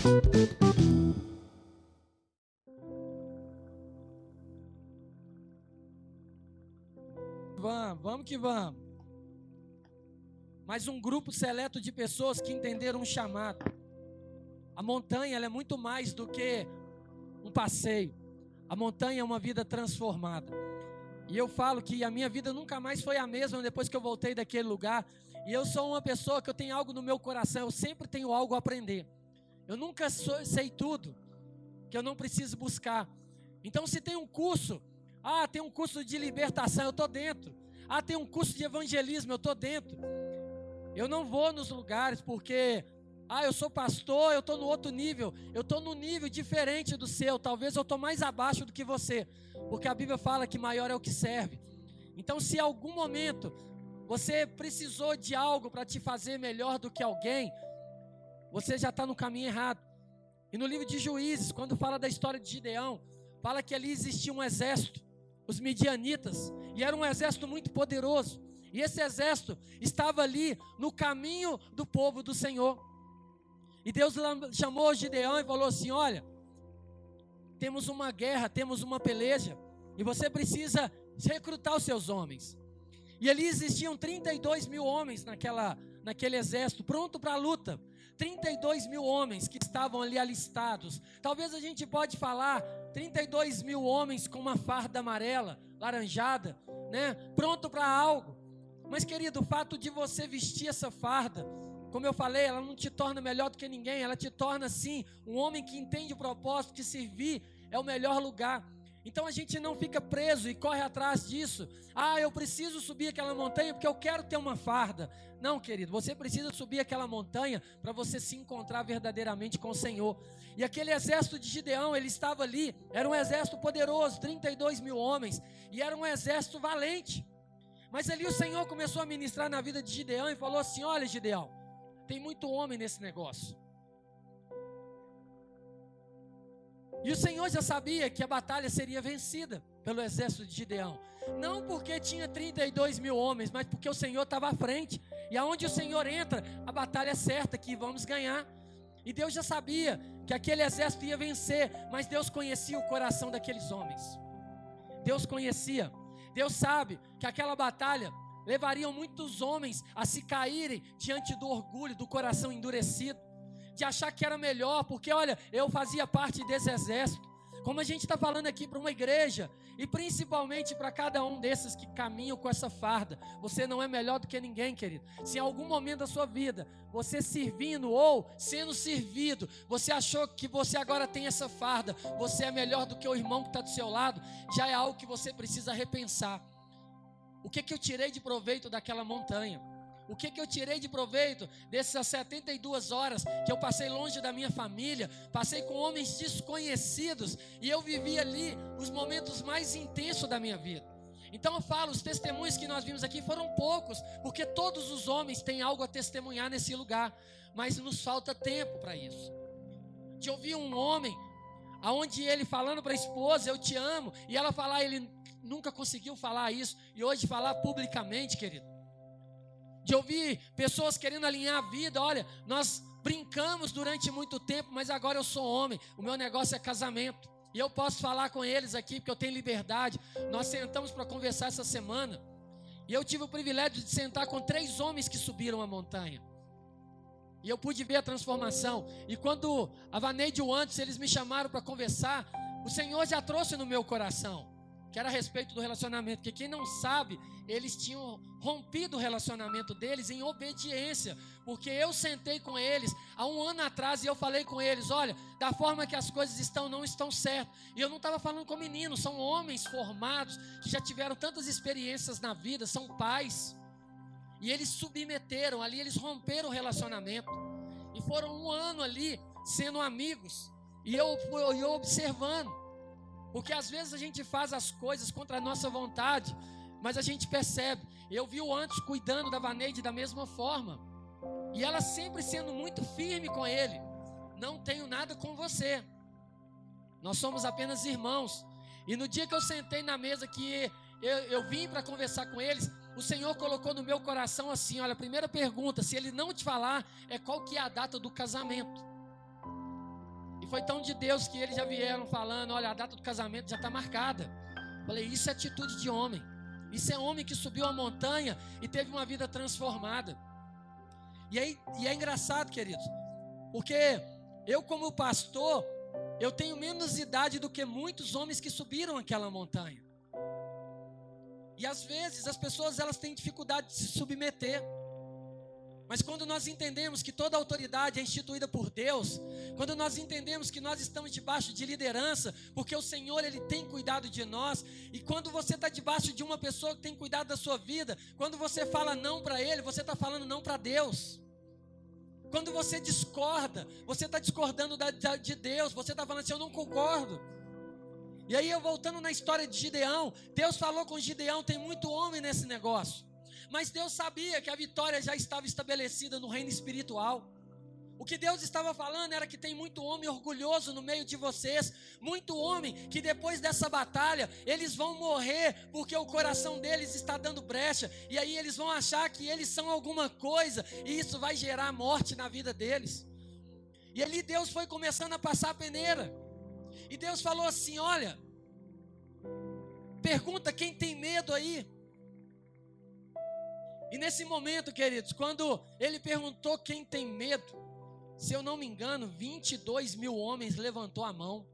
Vamos que vamos. Mas um grupo seleto de pessoas que entenderam um chamado. A montanha, ela é muito mais do que um passeio. A montanha é uma vida transformada. E eu falo que a minha vida nunca mais foi a mesma depois que eu voltei daquele lugar. E eu sou uma pessoa que eu tenho algo no meu coração, eu sempre tenho algo a aprender. Eu nunca sei tudo, que eu não preciso buscar. Então se tem um curso, tem um curso de libertação, eu estou dentro. Tem um curso de evangelismo, eu estou dentro. Eu não vou nos lugares porque, eu sou pastor, eu estou no outro nível. Eu estou num nível diferente do seu, talvez eu estou mais abaixo do que você. Porque a Bíblia fala que maior é o que serve. Então se em algum momento você precisou de algo para te fazer melhor do que alguém, você já está no caminho errado. E no livro de Juízes, quando fala da história de Gideão, fala que ali existia um exército, os midianitas, e era um exército muito poderoso. E esse exército estava ali no caminho do povo do Senhor. E Deus chamou Gideão e falou assim: olha, temos uma guerra, temos uma peleja, e você precisa recrutar os seus homens. E ali existiam 32 mil homens naquele exército, pronto para a luta. 32 mil homens que estavam ali alistados. Talvez a gente pode falar 32 mil homens com uma farda amarela, laranjada, né? Pronto para algo. Mas querido, o fato de você vestir essa farda, como eu falei, ela não te torna melhor do que ninguém. Ela te torna sim um homem que entende o propósito, que servir é o melhor lugar. Então a gente não fica preso e corre atrás disso. Eu preciso subir aquela montanha porque eu quero ter uma farda. Não, querido, você precisa subir aquela montanha para você se encontrar verdadeiramente com o Senhor. E aquele exército de Gideão, ele estava ali, era um exército poderoso, 32 mil homens, e era um exército valente. Mas ali o Senhor começou a ministrar na vida de Gideão e falou assim: olha, Gideão, tem muito homem nesse negócio. E o Senhor já sabia que a batalha seria vencida pelo exército de Gideão. Não porque tinha 32 mil homens, mas porque o Senhor estava à frente. E aonde o Senhor entra, a batalha é certa, que vamos ganhar. E Deus já sabia que aquele exército ia vencer, mas Deus conhecia o coração daqueles homens. Deus conhecia. Deus sabe que aquela batalha levaria muitos homens a se caírem diante do orgulho, do coração endurecido, de achar que era melhor, porque olha, eu fazia parte desse exército. Como a gente está falando aqui para uma igreja, e principalmente para cada um desses que caminham com essa farda, você não é melhor do que ninguém, querido. Se em algum momento da sua vida, você servindo ou sendo servido, você achou que você agora tem essa farda, você é melhor do que o irmão que está do seu lado, já é algo que você precisa repensar. O que eu tirei de proveito daquela montanha? O que eu tirei de proveito dessas 72 horas que eu passei longe da minha família, passei com homens desconhecidos e eu vivi ali os momentos mais intensos da minha vida. Então eu falo, os testemunhos que nós vimos aqui foram poucos, porque todos os homens têm algo a testemunhar nesse lugar, mas nos falta tempo para isso. De ouvir um homem, aonde ele falando para a esposa, eu te amo, e ela falar, ele nunca conseguiu falar isso, e hoje falar publicamente, querido. De ouvir pessoas querendo alinhar a vida, olha, nós brincamos durante muito tempo, mas agora eu sou homem, o meu negócio é casamento, e eu posso falar com eles aqui, porque eu tenho liberdade. Nós sentamos para conversar essa semana, e eu tive o privilégio de sentar com 3 homens que subiram a montanha, e eu pude ver a transformação. E quando a Vaneide e o Anderson, eles me chamaram para conversar, o Senhor já trouxe no meu coração, que era a respeito do relacionamento, porque quem não sabe, eles tinham rompido o relacionamento deles em obediência, porque eu sentei com eles há 1 ano atrás e eu falei com eles, olha, da forma que as coisas estão, não estão certas. E eu não estava falando com meninos, são homens formados, que já tiveram tantas experiêncies na vida, são pais, e eles submeteram ali, eles romperam o relacionamento, e foram 1 ano ali, sendo amigos, e eu observando, porque às vezes a gente faz as coisas contra a nossa vontade, mas a gente percebe. Eu vi o Antes cuidando da Vaneide da mesma forma, e ela sempre sendo muito firme com ele. Não tenho nada com você, nós somos apenas irmãos. E no dia que eu sentei na mesa, que eu vim para conversar com eles, o Senhor colocou no meu coração assim, olha, a primeira pergunta, se ele não te falar, é qual que é a data do casamento. E foi tão de Deus que eles já vieram falando: olha, a data do casamento já está marcada. Falei, isso é atitude de homem. Isso é homem que subiu a montanha e teve uma vida transformada. E é engraçado, queridos, porque eu, como pastor, eu tenho menos idade do que muitos homens que subiram aquela montanha. E às vezes as pessoas, elas têm dificuldade de se submeter. Mas quando nós entendemos que toda autoridade é instituída por Deus, quando nós entendemos que nós estamos debaixo de liderança, porque o Senhor, Ele tem cuidado de nós, e quando você está debaixo de uma pessoa que tem cuidado da sua vida, quando você fala não para Ele, você está falando não para Deus. Quando você discorda, você está discordando de Deus, você está falando assim, eu não concordo. E aí eu voltando na história de Gideão, Deus falou com Gideão, tem muito homem nesse negócio. Mas Deus sabia que a vitória já estava estabelecida no reino espiritual. O que Deus estava falando era que tem muito homem orgulhoso no meio de vocês. Muito homem que depois dessa batalha, eles vão morrer porque o coração deles está dando brecha. E aí eles vão achar que eles são alguma coisa. E isso vai gerar morte na vida deles. E ali Deus foi começando a passar a peneira. E Deus falou assim, olha, pergunta quem tem medo aí. E nesse momento, queridos, quando ele perguntou quem tem medo, se eu não me engano, 22 mil homens levantou a mão.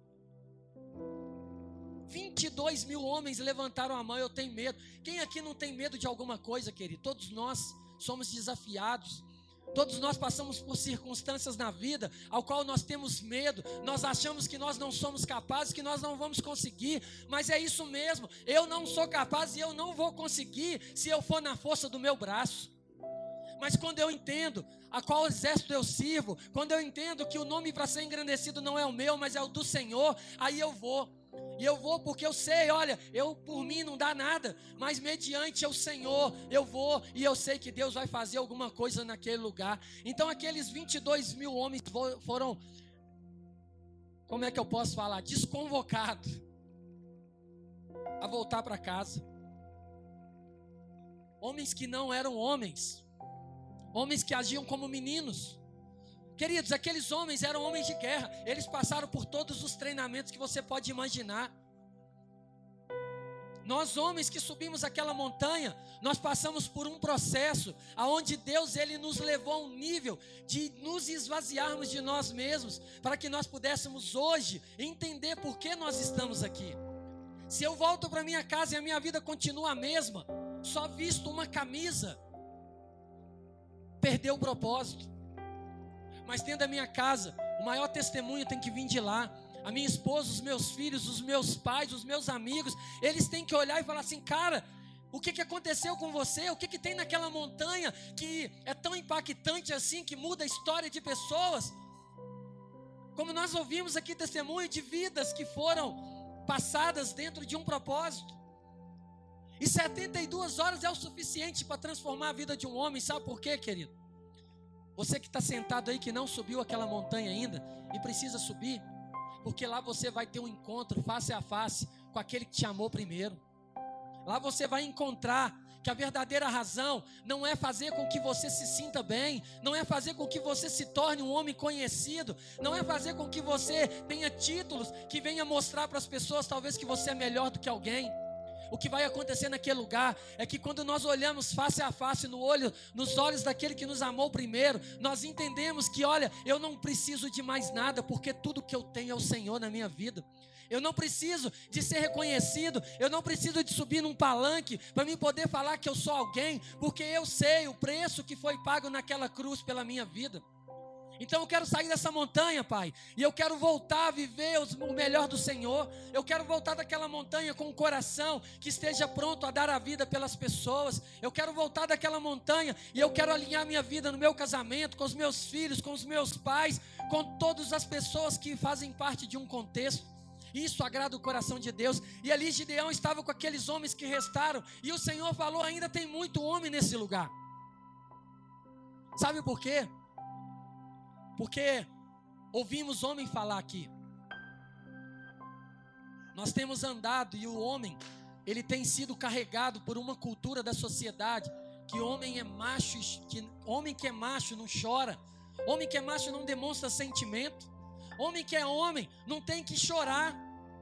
22 mil homens levantaram a mão, eu tenho medo. Quem aqui não tem medo de alguma coisa, querido? Todos nós somos desafiados. Todos nós passamos por circunstâncias na vida ao qual nós temos medo, nós achamos que nós não somos capazes, que nós não vamos conseguir, mas é isso mesmo, eu não sou capaz e eu não vou conseguir se eu for na força do meu braço. Mas quando eu entendo a qual exército eu sirvo, quando eu entendo que o nome para ser engrandecido não é o meu, mas é o do Senhor, aí eu vou. E eu vou porque eu sei, olha, eu por mim não dá nada, mas mediante o Senhor eu vou e eu sei que Deus vai fazer alguma coisa naquele lugar. Então aqueles 22 mil homens foram, como é que eu posso falar, desconvocados a voltar para casa. Homens que não eram homens, homens que agiam como meninos. Queridos, aqueles homens eram homens de guerra. Eles passaram por todos os treinamentos que você pode imaginar. Nós homens que subimos aquela montanha, nós passamos por um processo aonde Deus, Ele nos levou a um nível de nos esvaziarmos de nós mesmos, para que nós pudéssemos hoje entender por que nós estamos aqui. Se eu volto para minha casa e a minha vida continua a mesma, só visto uma camisa, perdeu o propósito. Mas dentro da minha casa, o maior testemunho tem que vir de lá. A minha esposa, os meus filhos, os meus pais, os meus amigos, eles têm que olhar e falar assim, cara, o que aconteceu com você? O que tem naquela montanha que é tão impactante assim, que muda a história de pessoas? Como nós ouvimos aqui testemunho de vidas que foram passadas dentro de um propósito. E 72 horas é o suficiente para transformar a vida de um homem. Sabe por quê, querido? Você que está sentado aí, que não subiu aquela montanha ainda e precisa subir, porque lá você vai ter um encontro face a face com aquele que te amou primeiro. Lá você vai encontrar que a verdadeira razão não é fazer com que você se sinta bem, não é fazer com que você se torne um homem conhecido, não é fazer com que você tenha títulos que venha mostrar para as pessoas talvez que você é melhor do que alguém. O que vai acontecer naquele lugar é que quando nós olhamos face a face nos olhos daquele que nos amou primeiro, nós entendemos que, olha, eu não preciso de mais nada, porque tudo que eu tenho é o Senhor na minha vida. Eu não preciso de ser reconhecido, eu não preciso de subir num palanque para mim poder falar que eu sou alguém, porque eu sei o preço que foi pago naquela cruz pela minha vida. Então eu quero sair dessa montanha, Pai, e eu quero voltar a viver o melhor do Senhor. Eu quero voltar daquela montanha com um coração que esteja pronto a dar a vida pelas pessoas. Eu quero voltar daquela montanha e eu quero alinhar minha vida no meu casamento, com os meus filhos, com os meus pais, com todas as pessoas que fazem parte de um contexto. Isso agrada o coração de Deus. E ali Gideão estava com aqueles homens que restaram, e o Senhor falou, ainda tem muito homem nesse lugar. Sabe por quê? Porque ouvimos homem falar aqui. Nós temos andado e o homem, ele tem sido carregado por uma cultura da sociedade que homem é macho, que homem que é macho não chora, homem que é macho não demonstra sentimento, Homem que é homem não tem que chorar.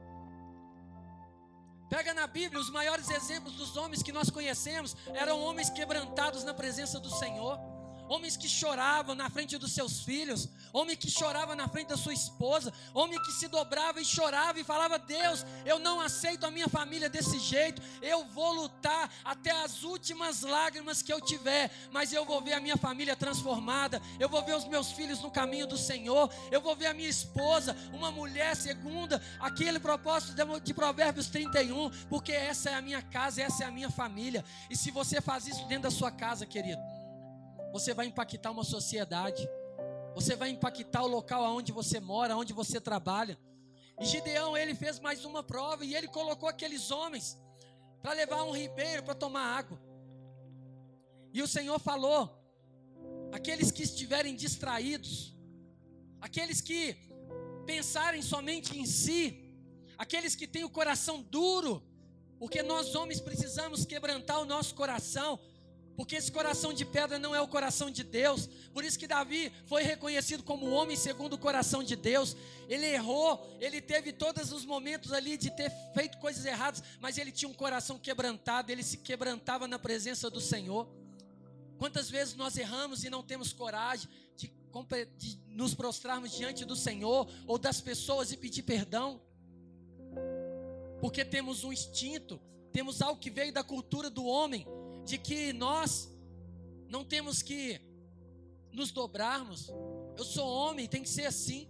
Pega na Bíblia, os maiores exemplos dos homens que nós conhecemos eram homens quebrantados na presença do Senhor. Homens que choravam na frente dos seus filhos, homem que chorava na frente da sua esposa, homem que se dobrava e chorava e falava: Deus, eu não aceito a minha família desse jeito, eu vou lutar até as últimas lágrimas que eu tiver, mas eu vou ver a minha família transformada, eu vou ver os meus filhos no caminho do Senhor, eu vou ver a minha esposa, uma mulher segundo aquele propósito de Provérbios 31, porque essa é a minha casa, essa é a minha família. E se você faz isso dentro da sua casa, querido, você vai impactar uma sociedade, você vai impactar o local onde você mora, onde você trabalha. E Gideão, ele fez mais uma prova e ele colocou aqueles homens para levar um ribeiro para tomar água. E o Senhor falou: aqueles que estiverem distraídos, aqueles que pensarem somente em si, aqueles que têm o coração duro, porque nós homens precisamos quebrantar o nosso coração, porque esse coração de pedra não é o coração de Deus. Por isso que Davi foi reconhecido como o homem segundo o coração de Deus. Ele errou, ele teve todos os momentos ali de ter feito coisas erradas, mas ele tinha um coração quebrantado, ele se quebrantava na presença do Senhor. Quantas vezes nós erramos e não temos coragem de nos prostrarmos diante do Senhor ou das pessoas e pedir perdão? Porque temos um instinto, temos algo que veio da cultura do homem, de que nós não temos que nos dobrarmos. Eu sou homem, tem que ser assim.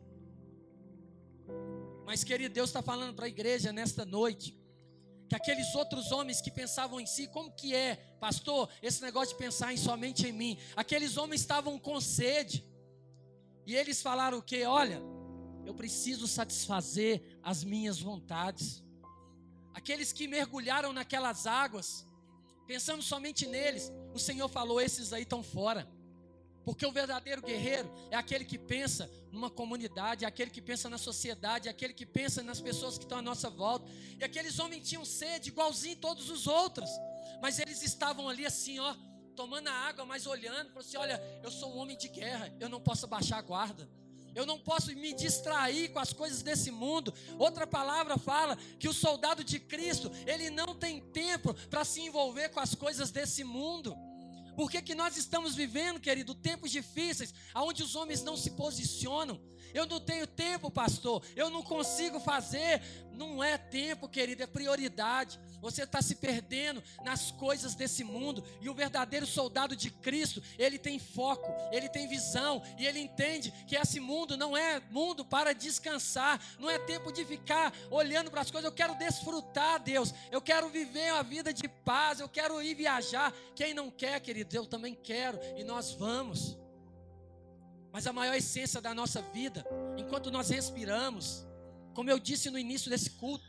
Mas, querido, Deus está falando para a igreja nesta noite, que aqueles outros homens que pensavam em si, como que é, pastor, esse negócio de pensar somente em mim? Aqueles homens estavam com sede, e eles falaram o quê? Olha, eu preciso satisfazer as minhas vontades. Aqueles que mergulharam naquelas águas, pensando somente neles, o Senhor falou: esses aí estão fora. Porque o verdadeiro guerreiro é aquele que pensa numa comunidade, é aquele que pensa na sociedade, é aquele que pensa nas pessoas que estão à nossa volta. E aqueles homens tinham sede igualzinho todos os outros, mas eles estavam ali assim, ó, tomando a água, mas olhando, falaram assim: olha, eu sou um homem de guerra, eu não posso abaixar a guarda, eu não posso me distrair com as coisas desse mundo. Outra palavra fala que o soldado de Cristo, ele não tem tempo para se envolver com as coisas desse mundo. Por que nós estamos vivendo, querido, tempos difíceis, onde os homens não se posicionam? Eu não tenho tempo, pastor, eu não consigo fazer. Não é tempo, querido, é prioridade. Você está se perdendo nas coisas desse mundo. E o verdadeiro soldado de Cristo, ele tem foco, ele tem visão, e ele entende que esse mundo não é mundo para descansar, não é tempo de ficar olhando para as coisas. Eu quero desfrutar, Deus, eu quero viver uma vida de paz, eu quero ir viajar. Quem não quer, querido, eu também quero, e nós vamos. Mas a maior essência da nossa vida, enquanto nós respiramos, como eu disse no início desse culto,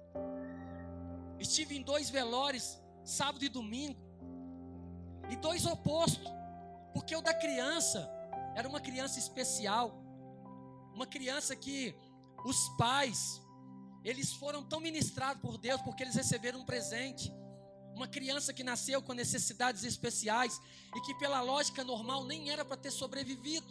estive em 2 velórios, sábado e domingo, e 2 opostos, porque o da criança era uma criança especial, uma criança que os pais, eles foram tão ministrados por Deus, porque eles receberam um presente. Uma criança que nasceu com necessidades especiais e que pela lógica normal nem era para ter sobrevivido.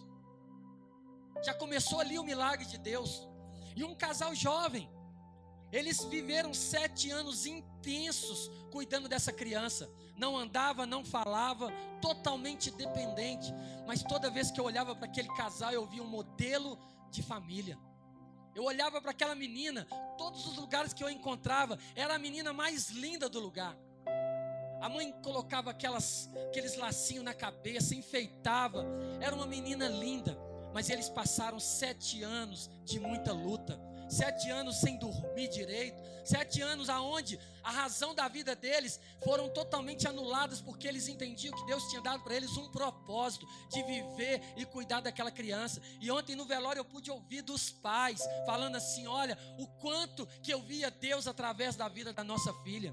Já começou ali o milagre de Deus. E um casal jovem, eles viveram 7 anos intensos cuidando dessa criança. Não andava, não falava, totalmente dependente. Mas toda vez que eu olhava para aquele casal, eu via um modelo de família. Eu olhava para aquela menina, todos os lugares que eu encontrava, era a menina mais linda do lugar. A mãe colocava aqueles lacinhos na cabeça, enfeitava. Era uma menina linda. Mas eles passaram 7 anos de muita luta, 7 anos sem dormir direito, 7 anos aonde a razão da vida deles foram totalmente anuladas, porque eles entendiam que Deus tinha dado para eles um propósito de viver e cuidar daquela criança. E ontem no velório eu pude ouvir dos pais falando assim: olha, o quanto que eu via Deus através da vida da nossa filha.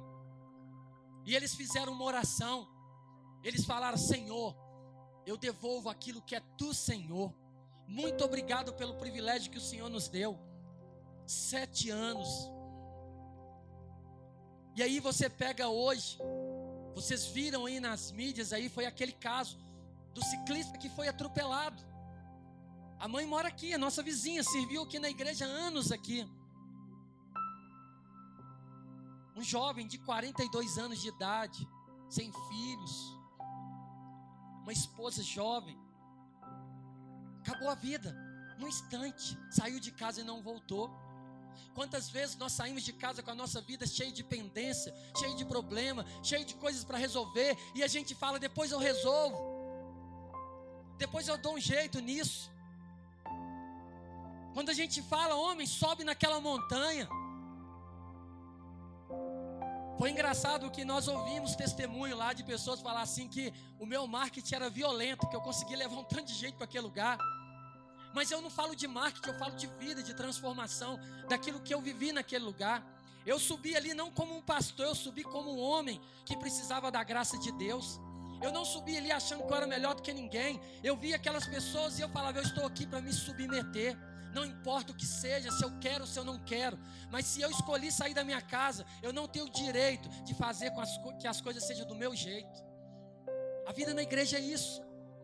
E eles fizeram uma oração, eles falaram: Senhor, eu devolvo aquilo que é do Senhor. Muito obrigado pelo privilégio que o Senhor nos deu. 7 anos. E aí você pega hoje, vocês viram aí nas mídias aí, foi aquele caso do ciclista que foi atropelado. A mãe mora aqui, a nossa vizinha, serviu aqui na igreja há anos aqui. Um jovem de 42 anos de idade, sem filhos, uma esposa jovem, acabou a vida, num instante, saiu de casa e não voltou. Quantas vezes nós saímos de casa com a nossa vida cheia de pendência, cheia de problema, cheia de coisas para resolver, e a gente fala, depois eu resolvo, depois eu dou um jeito nisso. Quando a gente fala, homem, sobe naquela montanha. Foi engraçado que nós ouvimos testemunho lá de pessoas falar assim que o meu marketing era violento, que eu consegui levar um tanto de gente para aquele lugar. Mas eu não falo de marketing, eu falo de vida, de transformação, daquilo que eu vivi naquele lugar. Eu subi ali não como um pastor, eu subi como um homem que precisava da graça de Deus. Eu não subi ali achando que eu era melhor do que ninguém. Eu via aquelas pessoas e eu falava, eu estou aqui para me submeter. Não importa o que seja, se eu quero ou se eu não quero. Mas se eu escolhi sair da minha casa, eu não tenho o direito de fazer que as coisas sejam do meu jeito. A vida na igreja é isso.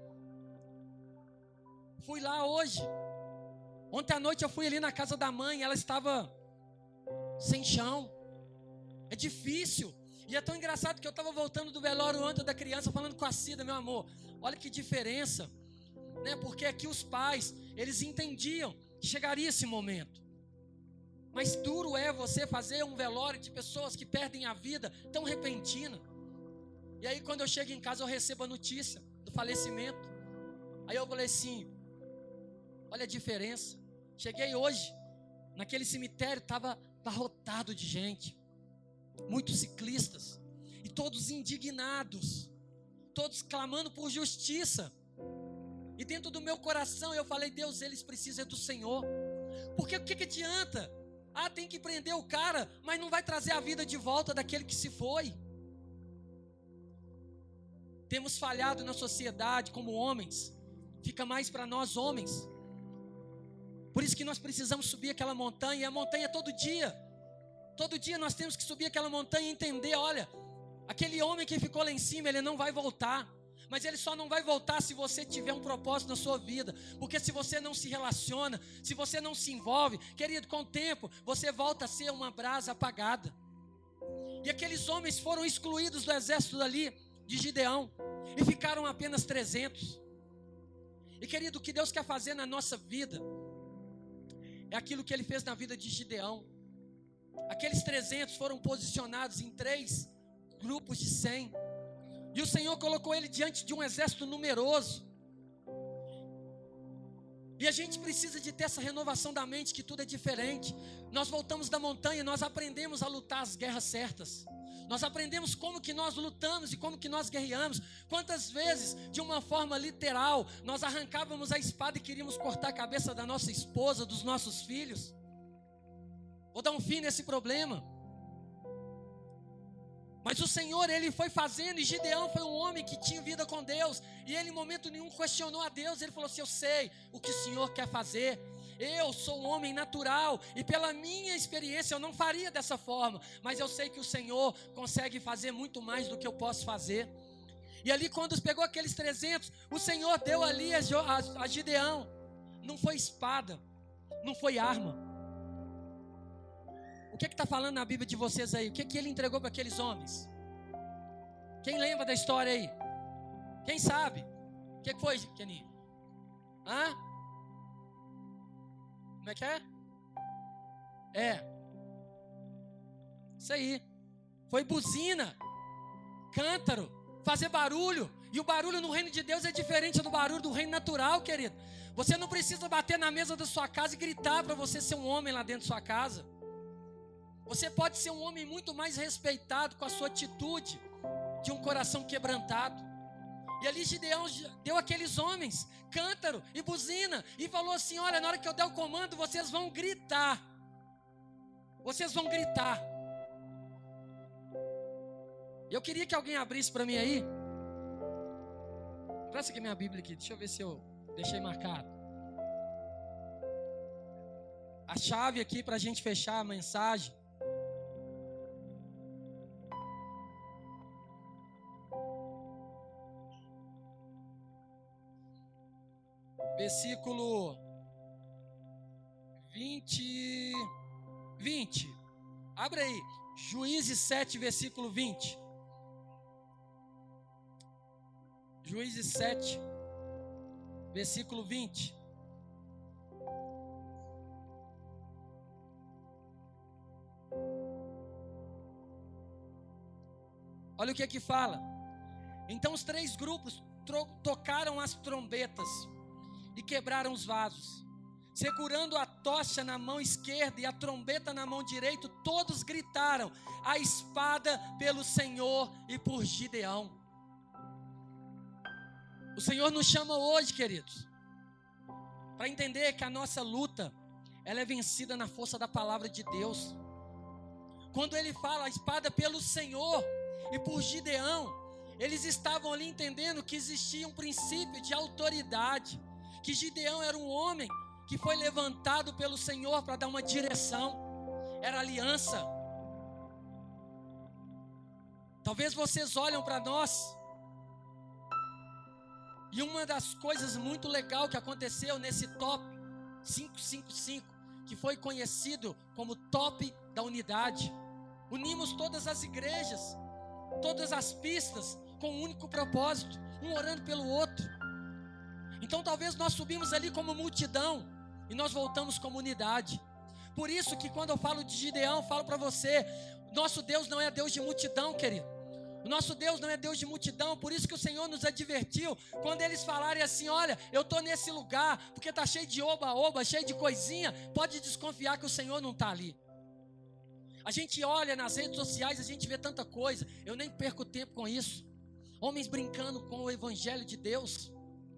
Fui lá hoje. Ontem à noite eu fui ali na casa da mãe, ela estava sem chão. É difícil. E é tão engraçado que eu estava voltando do velório ontem da criança, falando com a Cida, meu amor, olha que diferença, né? Porque aqui os pais, eles entendiam que chegaria esse momento. Mas duro é você fazer um velório de pessoas que perdem a vida tão repentina. E aí quando eu chego em casa eu recebo a notícia do falecimento. Aí eu falei assim, olha a diferença. Cheguei hoje, naquele cemitério estava abarrotado de gente. Muitos ciclistas. E todos indignados. Todos clamando por justiça. E dentro do meu coração eu falei, Deus, eles precisam do Senhor. Porque o que adianta? Ah, tem que prender o cara, mas não vai trazer a vida de volta daquele que se foi. Temos falhado na sociedade como homens. Fica mais para nós homens. Por isso que nós precisamos subir aquela montanha. E a montanha é todo dia. Todo dia nós temos que subir aquela montanha e entender, olha, aquele homem que ficou lá em cima, ele não vai voltar. Mas ele só não vai voltar se você tiver um propósito na sua vida. Porque se você não se relaciona, se você não se envolve, querido, com o tempo, você volta a ser uma brasa apagada. E aqueles homens foram excluídos do exército dali, de Gideão, e ficaram apenas 300. E querido, o que Deus quer fazer na nossa vida, é aquilo que Ele fez na vida de Gideão. Aqueles 300 foram posicionados em 3 grupos de 100. E o Senhor colocou ele diante de um exército numeroso. E a gente precisa de ter essa renovação da mente, que tudo é diferente. Nós voltamos da montanha, nós aprendemos a lutar as guerras certas. Nós aprendemos como que nós lutamos e como que nós guerreamos. Quantas vezes, de uma forma literal, nós arrancávamos a espada e queríamos cortar a cabeça da nossa esposa, dos nossos filhos. Vou dar um fim nesse problema. Mas o Senhor, Ele foi fazendo, e Gideão foi um homem que tinha vida com Deus, e ele em momento nenhum questionou a Deus. Ele falou assim, eu sei o que o Senhor quer fazer, eu sou um homem natural, e pela minha experiência eu não faria dessa forma, mas eu sei que o Senhor consegue fazer muito mais do que eu posso fazer. E ali quando pegou aqueles 300, o Senhor deu ali a Gideão, não foi espada, não foi arma. O que está falando na Bíblia de vocês aí? O que ele entregou para aqueles homens? Quem lembra da história aí? Quem sabe? O que foi, Keninho? Hã? Como é que é? Isso aí. Foi buzina, cântaro, fazer barulho. E o barulho no reino de Deus é diferente do barulho do reino natural, querido. Você não precisa bater na mesa da sua casa e gritar para você ser um homem lá dentro da sua casa. Você pode ser um homem muito mais respeitado com a sua atitude de um coração quebrantado. E ali Gideão deu aqueles homens cântaro e buzina e falou assim, olha, na hora que eu der o comando, vocês vão gritar. Vocês vão gritar. Eu queria que alguém abrisse para mim aí. Presta aqui minha Bíblia aqui, deixa eu ver se eu deixei marcado. A chave aqui para a gente fechar a mensagem. Versículo 20. Abre aí. Juízes 7, versículo 20. Juízes 7, versículo 20. Olha o que aqui fala. Então os 3 grupos tocaram as trombetas e quebraram os vasos. Segurando a tocha na mão esquerda e a trombeta na mão direita, todos gritaram: a espada pelo Senhor e por Gideão. O Senhor nos chama hoje, queridos, para entender que a nossa luta, ela é vencida na força da palavra de Deus. Quando ele fala a espada pelo Senhor e por Gideão, eles estavam ali entendendo que existia um princípio de autoridade, que Gideão era um homem que foi levantado pelo Senhor para dar uma direção, era aliança. Talvez vocês olham para nós, e uma das coisas muito legal que aconteceu nesse top 555, que foi conhecido como top da unidade, unimos todas as igrejas, todas as pistas, com um único propósito, um orando pelo outro. Então talvez nós subimos ali como multidão, e nós voltamos como unidade. Por isso que quando eu falo de Gideão, eu falo para você, nosso Deus não é Deus de multidão, querido. O nosso Deus não é Deus de multidão. Por isso que o Senhor nos advertiu, quando eles falarem assim: olha, eu estou nesse lugar, porque está cheio de oba-oba, cheio de coisinha, pode desconfiar que o Senhor não está ali. A gente olha nas redes sociais, a gente vê tanta coisa, eu nem perco tempo com isso. Homens brincando com o evangelho de Deus.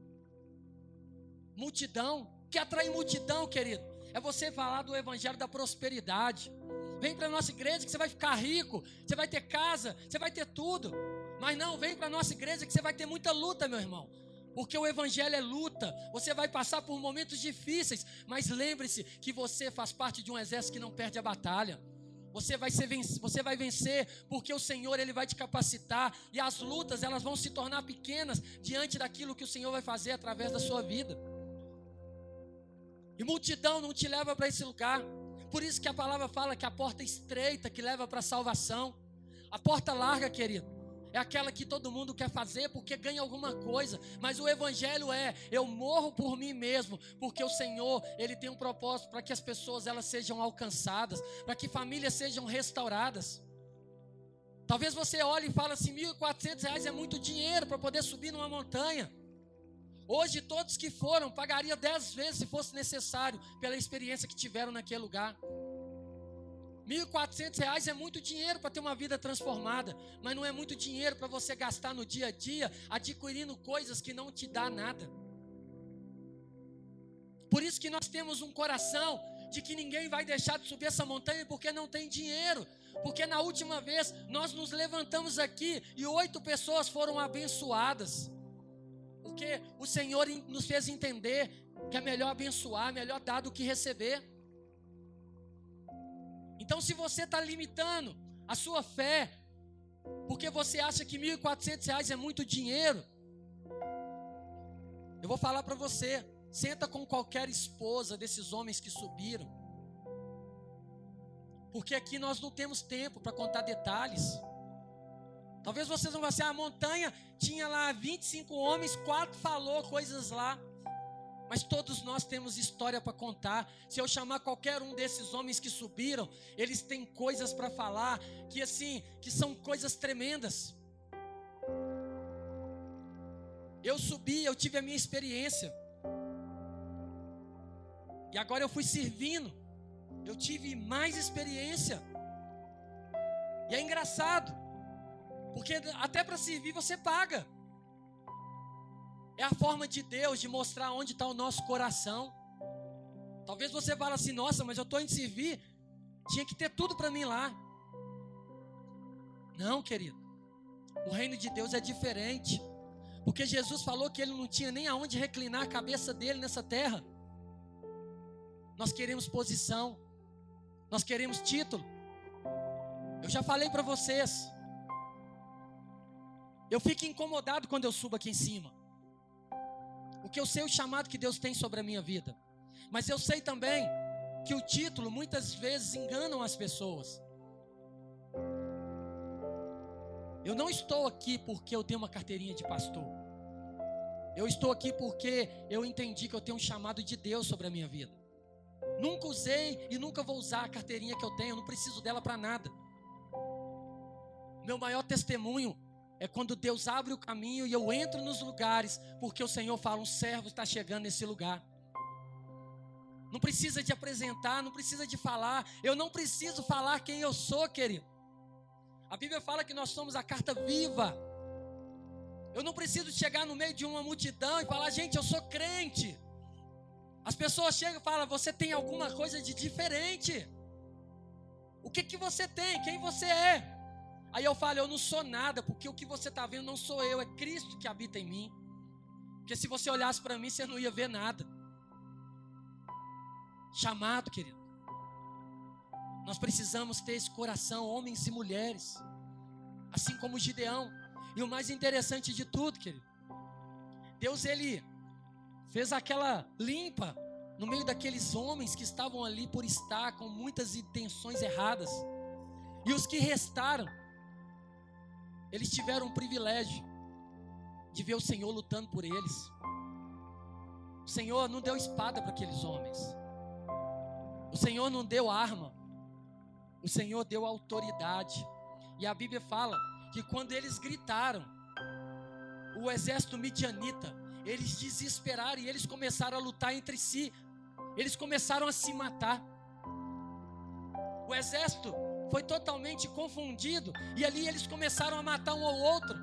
Multidão. O que atrai multidão, querido, é você falar do evangelho da prosperidade. Vem para a nossa igreja que você vai ficar rico, você vai ter casa, você vai ter tudo. Mas não, vem para a nossa igreja que você vai ter muita luta, meu irmão. Porque o evangelho é luta. Você vai passar por momentos difíceis, mas lembre-se que você faz parte de um exército que não perde a batalha. Você vai vencer, porque o Senhor ele vai te capacitar, e as lutas elas vão se tornar pequenas diante daquilo que o Senhor vai fazer através da sua vida. E multidão não te leva para esse lugar. Por isso que a palavra fala que a porta estreita que leva para a salvação. A porta larga, querido, é aquela que todo mundo quer fazer porque ganha alguma coisa. Mas o evangelho é: eu morro por mim mesmo, porque o Senhor ele tem um propósito para que as pessoas elas sejam alcançadas, para que famílias sejam restauradas. Talvez você olhe e fale assim: R$1.400 é muito dinheiro para poder subir numa montanha. Hoje todos que foram pagariam 10 vezes se fosse necessário, pela experiência que tiveram naquele lugar. R$1.400 é muito dinheiro para ter uma vida transformada, mas não é muito dinheiro para você gastar no dia a dia, adquirindo coisas que não te dá nada. Por isso que nós temos um coração de que ninguém vai deixar de subir essa montanha porque não tem dinheiro. Porque na última vez nós nos levantamos aqui e 8 pessoas foram abençoadas. Porque o Senhor nos fez entender que é melhor abençoar, melhor dar do que receber. Então se você está limitando a sua fé, porque você acha que R$1.400 é muito dinheiro, eu vou falar para você, senta com qualquer esposa desses homens que subiram. Porque aqui nós não temos tempo para contar detalhes. Talvez vocês vão assim: a montanha tinha lá 25 homens, 4 falou coisas lá. Mas todos nós temos história para contar. Se eu chamar qualquer um desses homens que subiram, eles têm coisas para falar, que são coisas tremendas. Eu subi, eu tive a minha experiência. E agora eu fui servindo. Eu tive mais experiência. E é engraçado, porque até para servir você paga. É a forma de Deus de mostrar onde está o nosso coração. Talvez você fale assim: nossa, mas eu estou em servir, tinha que ter tudo para mim lá. Não, querido, o reino de Deus é diferente. Porque Jesus falou que ele não tinha nem aonde reclinar a cabeça dele nessa terra. Nós queremos posição, nós queremos título. Eu já falei para vocês, eu fico incomodado quando eu subo aqui em cima, porque eu sei o chamado que Deus tem sobre a minha vida. Mas eu sei também que o título muitas vezes enganam as pessoas. Eu não estou aqui porque eu tenho uma carteirinha de pastor. Eu estou aqui porque eu entendi que eu tenho um chamado de Deus sobre a minha vida. Nunca usei e nunca vou usar a carteirinha que eu tenho. Eu não preciso dela para nada. Meu maior testemunho é quando Deus abre o caminho e eu entro nos lugares, porque o Senhor fala, um servo está chegando nesse lugar. Não precisa de apresentar, não precisa de falar. Eu não preciso falar quem eu sou, querido. A Bíblia fala que nós somos a carta viva. Eu não preciso chegar no meio de uma multidão e falar, gente, eu sou crente. As pessoas chegam e falam, você tem alguma coisa de diferente. O que você tem? Quem você é? Aí eu falo, eu não sou nada, porque o que você está vendo não sou eu, é Cristo que habita em mim. Porque se você olhasse para mim, você não ia ver nada. Chamado, querido. Nós precisamos ter esse coração, homens e mulheres, assim como Gideão. E o mais interessante de tudo, querido, Deus, ele fez aquela limpa no meio daqueles homens que estavam ali por estar com muitas intenções erradas. E os que restaram, eles tiveram o privilégio de ver o Senhor lutando por eles. O Senhor não deu espada para aqueles homens. O Senhor não deu arma. O Senhor deu autoridade. E a Bíblia fala que quando eles gritaram, o exército midianita, eles desesperaram e eles começaram a lutar entre si. Eles começaram a se matar. O exército foi totalmente confundido e ali eles começaram a matar um ao outro.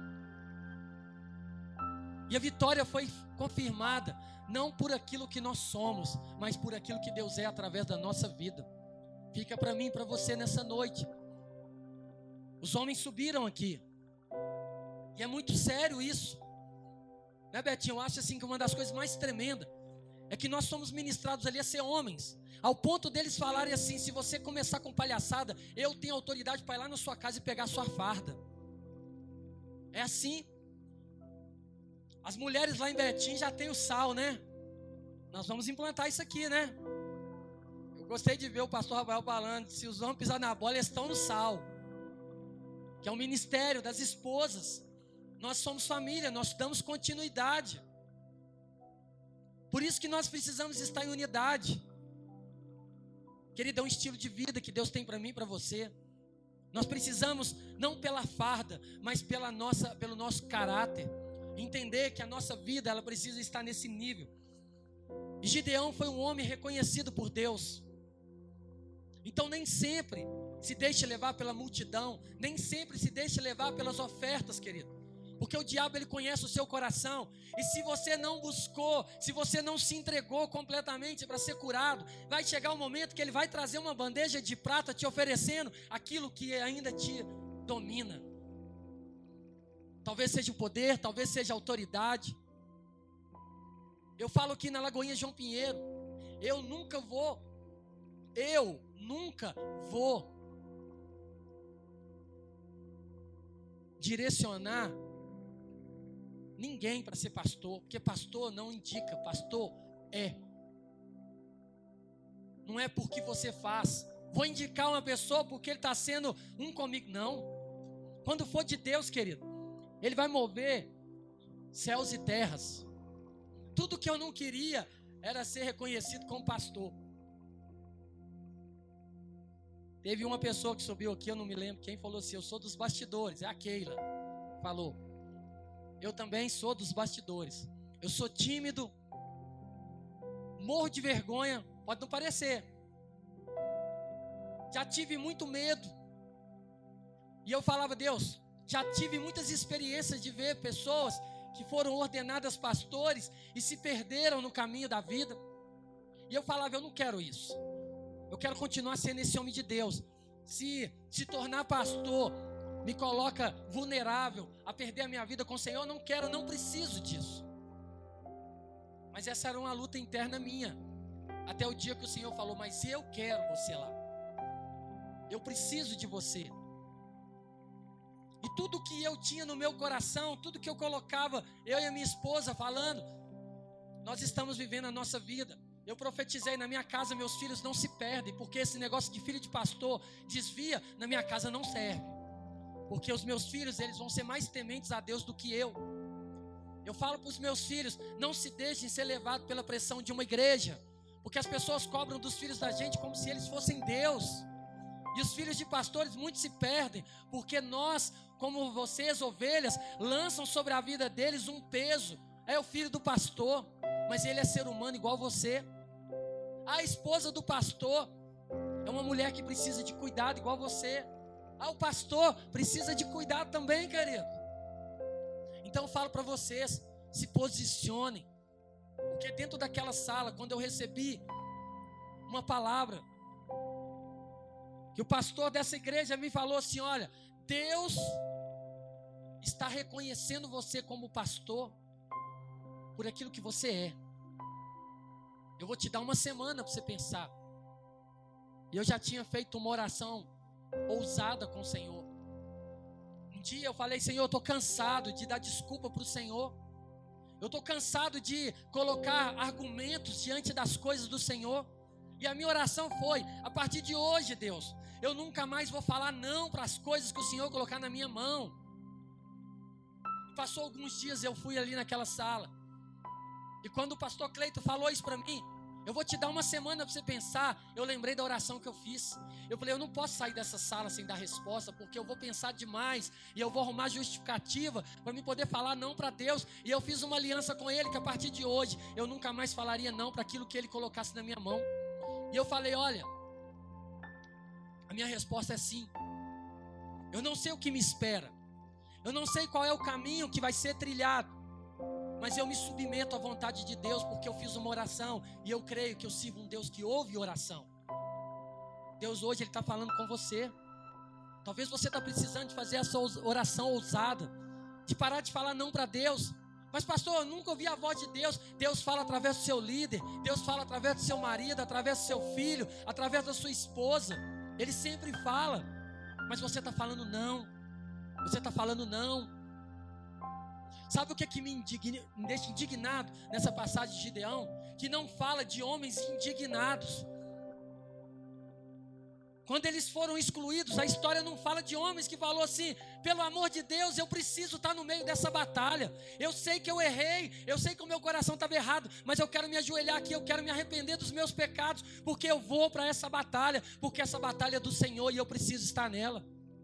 E a vitória foi confirmada, não por aquilo que nós somos, mas por aquilo que Deus é através da nossa vida. Fica para mim e para você nessa noite. Os homens subiram aqui. E é muito sério isso. Né, Betinho? Eu acho assim que uma das coisas mais tremendas é que nós somos ministrados ali a ser homens. Ao ponto deles falarem assim, se você começar com palhaçada, eu tenho autoridade para ir lá na sua casa e pegar a sua farda. É assim. As mulheres lá em Betim já tem o sal, né? Nós vamos implantar isso aqui, né? Eu gostei de ver o pastor Rafael falando, se os homens pisarem na bola, eles estão no sal. Que é o ministério das esposas. Nós somos família, nós damos continuidade. Por isso que nós precisamos estar em unidade. Querido, é um estilo de vida que Deus tem para mim e para você. Nós precisamos, não pela farda, mas pelo nosso caráter, entender que a nossa vida, ela precisa estar nesse nível. E Gideão foi um homem reconhecido por Deus. Então nem sempre se deixe levar pela multidão, nem sempre se deixe levar pelas ofertas, querido. Porque o diabo, ele conhece o seu coração. E se você não buscou, se você não se entregou completamente para ser curado, vai chegar um momento que ele vai trazer uma bandeja de prata te oferecendo aquilo que ainda te domina. Talvez seja o poder, talvez seja a autoridade. Eu falo aqui na Lagoinha João Pinheiro, eu nunca vou direcionar ninguém para ser pastor, porque pastor não indica, pastor é. Não é porque você faz. Vou indicar uma pessoa porque ele está sendo um comigo. Não. Quando for de Deus, querido, Ele vai mover céus e terras. Tudo que eu não queria era ser reconhecido como pastor. Teve uma pessoa que subiu aqui, eu não me lembro quem, falou assim, eu sou dos bastidores, é a Keila, falou. Eu também sou dos bastidores. Eu sou tímido, morro de vergonha, pode não parecer. Já tive muito medo. E eu falava, Deus, já tive muitas experiências de ver pessoas que foram ordenadas pastores e se perderam no caminho da vida. E eu falava, eu não quero isso. Eu quero continuar sendo esse homem de Deus. Se tornar pastor me coloca vulnerável a perder a minha vida com o Senhor, eu não quero, não preciso disso. Mas essa era uma luta interna minha. Até o dia que o Senhor falou, mas eu quero você lá. Eu preciso de você. E tudo que eu tinha no meu coração, tudo que eu colocava, eu e a minha esposa falando, nós estamos vivendo a nossa vida. Eu profetizei: na minha casa meus filhos não se perdem, porque esse negócio de filho de pastor desvia, na minha casa não serve. Porque os meus filhos, eles vão ser mais tementes a Deus do que eu. Eu falo para os meus filhos: não se deixem ser levados pela pressão de uma igreja, porque as pessoas cobram dos filhos da gente como se eles fossem Deus. E os filhos de pastores muitos se perdem, porque nós, como vocês, ovelhas, lançam sobre a vida deles um peso. É o filho do pastor, mas ele é ser humano igual você. A esposa do pastor é uma mulher que precisa de cuidado igual você. O pastor precisa de cuidado também, querido. Então eu falo para vocês: se posicionem. Porque dentro daquela sala, quando eu recebi uma palavra, que o pastor dessa igreja me falou assim: olha, Deus está reconhecendo você como pastor por aquilo que você é. Eu vou te dar uma semana para você pensar. E eu já tinha feito uma oração ousada com o Senhor. Um dia eu falei: Senhor, eu estou cansado de dar desculpa para o Senhor. Eu estou cansado de colocar argumentos diante das coisas do Senhor. E a minha oração foi: a partir de hoje, Deus, eu nunca mais vou falar não para as coisas que o Senhor colocar na minha mão. Passou alguns dias, eu fui ali naquela sala. E quando o pastor Cleito falou isso para mim: eu vou te dar uma semana para você pensar. Eu lembrei da oração que eu fiz. Eu falei: eu não posso sair dessa sala sem dar resposta, porque eu vou pensar demais e eu vou arrumar justificativa para me poder falar não para Deus. E eu fiz uma aliança com Ele que a partir de hoje eu nunca mais falaria não para aquilo que Ele colocasse na minha mão. E eu falei: olha, a minha resposta é sim. Eu não sei o que me espera, eu não sei qual é o caminho que vai ser trilhado, mas eu me submeto à vontade de Deus, porque eu fiz uma oração e eu creio que eu sirvo um Deus que ouve oração. Deus hoje Ele está falando com você. Talvez você está precisando de fazer essa oração ousada, de parar de falar não para Deus. Mas pastor, eu nunca ouvi a voz de Deus. Deus fala através do seu líder, Deus fala através do seu marido, através do seu filho, através da sua esposa. Ele sempre fala, mas você está falando não. Você está falando não. Sabe o que é que me deixa indignado nessa passagem de Gideão? Que não fala de homens indignados. Quando eles foram excluídos, a história não fala de homens que falou assim: pelo amor de Deus, eu preciso estar no meio dessa batalha. Eu sei que eu errei, eu sei que o meu coração estava errado, mas eu quero me ajoelhar aqui, eu quero me arrepender dos meus pecados, porque eu vou para essa batalha, porque essa batalha é do Senhor e eu preciso estar nela.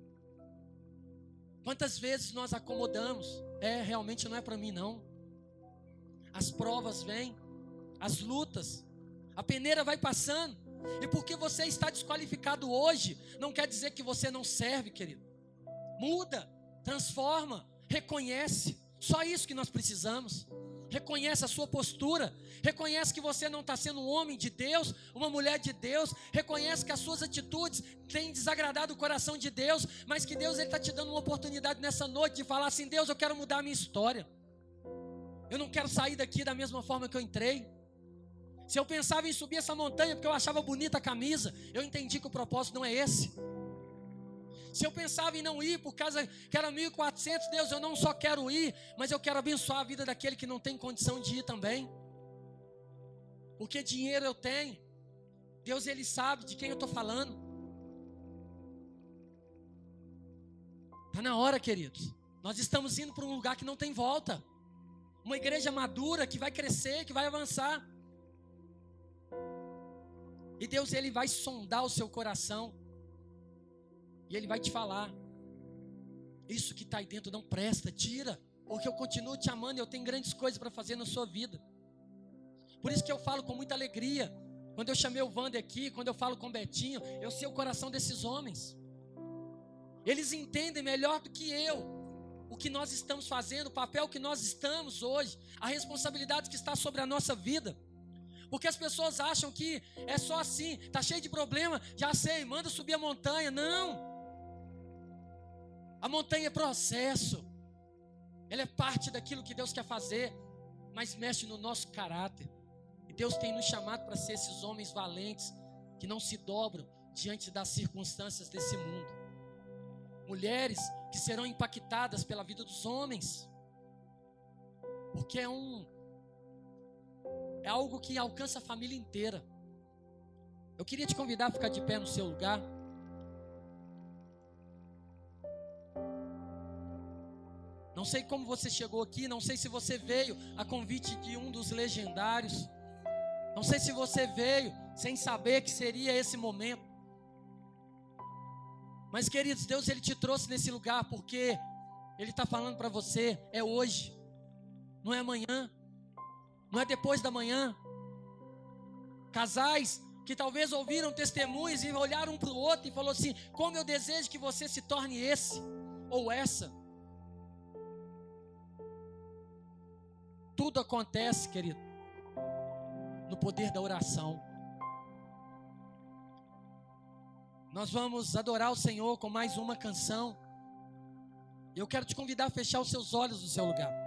Quantas vezes nós acomodamos? Realmente não é para mim não. As provas vêm, as lutas, a peneira vai passando. E porque você está desqualificado hoje, não quer dizer que você não serve, querido. Muda, transforma, reconhece. Só isso que nós precisamos. Reconhece a sua postura, reconhece que você não está sendo um homem de Deus, uma mulher de Deus, reconhece que as suas atitudes têm desagradado o coração de Deus, mas que Deus está te dando uma oportunidade nessa noite de falar assim: Deus, eu quero mudar a minha história, eu não quero sair daqui da mesma forma que eu entrei. Se eu pensava em subir essa montanha porque eu achava bonita a camisa, eu entendi que o propósito não é esse. Se eu pensava em não ir por causa que era 1.400, Deus, eu não só quero ir, mas eu quero abençoar a vida daquele que não tem condição de ir também. Porque dinheiro eu tenho. Deus, Ele sabe de quem eu estou falando. Está na hora, queridos. Nós estamos indo para um lugar que não tem volta. Uma igreja madura que vai crescer, que vai avançar. E Deus, Ele vai sondar o seu coração. E Ele vai te falar: isso que está aí dentro não presta, tira, porque eu continuo te amando e eu tenho grandes coisas para fazer na sua vida. Por isso que eu falo com muita alegria. Quando eu chamei o Wander aqui, quando eu falo com o Betinho, eu sei o coração desses homens. Eles entendem melhor do que eu o que nós estamos fazendo, o papel que nós estamos hoje, a responsabilidade que está sobre a nossa vida. Porque as pessoas acham que é só assim, está cheio de problema, já sei, manda subir a montanha. Não. A montanha é processo, ela é parte daquilo que Deus quer fazer, mas mexe no nosso caráter. E Deus tem nos chamado para ser esses homens valentes, que não se dobram diante das circunstâncias desse mundo. Mulheres que serão impactadas pela vida dos homens, porque é é algo que alcança a família inteira. Eu queria te convidar a ficar de pé no seu lugar. Não sei como você chegou aqui, não sei se você veio a convite de um dos legendários. Não sei se você veio sem saber que seria esse momento. Mas, queridos, Deus ele te trouxe nesse lugar porque Ele está falando para você, é hoje, não é amanhã, não é depois da manhã. Casais que talvez ouviram testemunhos e olharam um para o outro e falaram assim: como eu desejo que você se torne esse ou essa. Tudo acontece, querido, no poder da oração. Nós vamos adorar o Senhor com mais uma canção. Eu quero te convidar a fechar os seus olhos no seu lugar.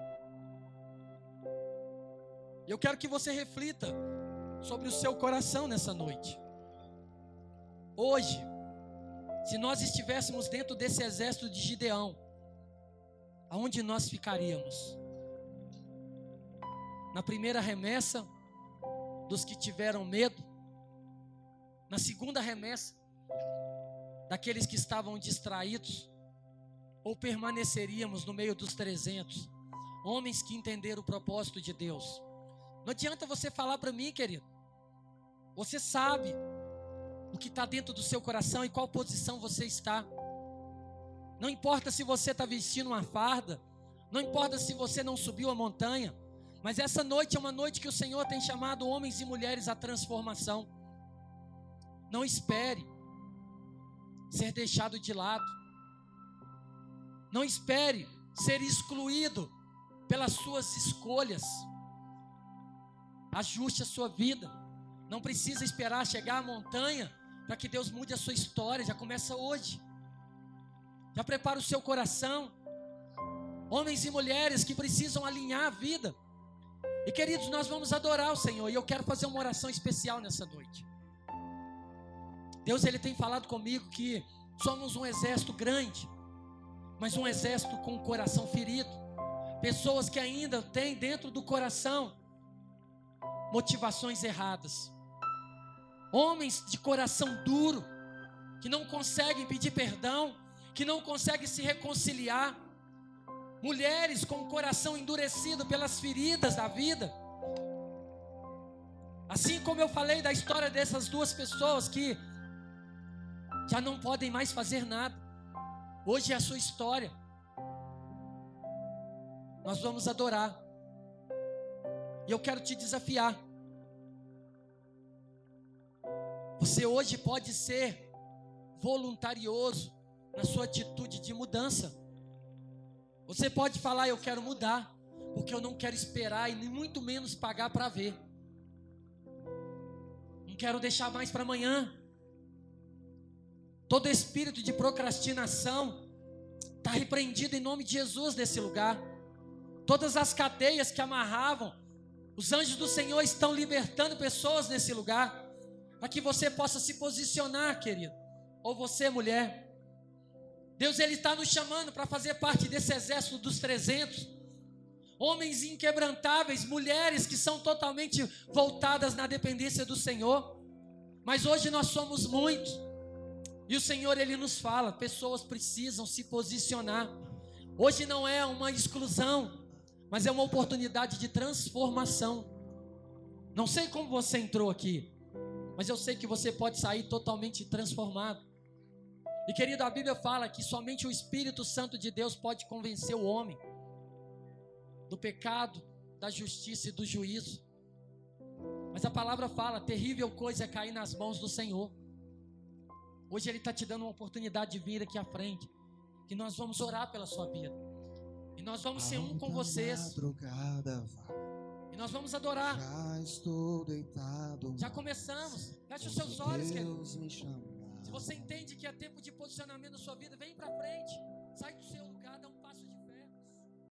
Eu quero que você reflita sobre o seu coração nessa noite. Hoje, se nós estivéssemos dentro desse exército de Gideão, aonde nós ficaríamos? Na primeira remessa, dos que tiveram medo. Na segunda remessa, daqueles que estavam distraídos. Ou permaneceríamos no meio dos 300, homens que entenderam o propósito de Deus. Não adianta você falar para mim, querido. Você sabe o que está dentro do seu coração e qual posição você está. Não importa se você está vestindo uma farda, não importa se você não subiu a montanha, mas essa noite é uma noite que o Senhor tem chamado homens e mulheres à transformação. Não espere ser deixado de lado. Não espere ser excluído pelas suas escolhas. Ajuste a sua vida. Não precisa esperar chegar à montanha para que Deus mude a sua história. Já começa hoje. Já prepara o seu coração. Homens e mulheres que precisam alinhar a vida. E queridos, nós vamos adorar o Senhor. E eu quero fazer uma oração especial nessa noite. Deus ele tem falado comigo que somos um exército grande, mas um exército com o coração ferido. Pessoas que ainda têm dentro do coração motivações erradas. Homens de coração duro, que não conseguem pedir perdão, que não conseguem se reconciliar. Mulheres com o coração endurecido pelas feridas da vida. Assim como eu falei da história dessas duas pessoas que já não podem mais fazer nada. Hoje é a sua história. Nós vamos adorar. E eu quero te desafiar. Você hoje pode ser voluntarioso na sua atitude de mudança. Você pode falar: eu quero mudar, porque eu não quero esperar e nem muito menos pagar para ver. Não quero deixar mais para amanhã. Todo espírito de procrastinação está repreendido em nome de Jesus nesse lugar. Todas as cadeias que amarravam, os anjos do Senhor estão libertando pessoas nesse lugar, para que você possa se posicionar, querido, ou você, mulher. Deus ele está nos chamando para fazer parte desse exército dos 300, homens inquebrantáveis, mulheres que são totalmente voltadas na dependência do Senhor. Mas hoje nós somos muitos. E o Senhor, Ele nos fala, pessoas precisam se posicionar. Hoje não é uma exclusão, mas é uma oportunidade de transformação. Não sei como você entrou aqui, mas eu sei que você pode sair totalmente transformado. E querido, a Bíblia fala que somente o Espírito Santo de Deus pode convencer o homem do pecado, da justiça e do juízo. Mas a palavra fala, terrível coisa é cair nas mãos do Senhor. Hoje Ele está te dando uma oportunidade de vir aqui à frente, que nós vamos orar pela sua vida, e nós vamos ser um com vocês, e nós vamos adorar. Já estou deitado. Já começamos. Feche os seus olhos, querido. Se você entende que é tempo de posicionamento na sua vida, vem para frente. Sai do seu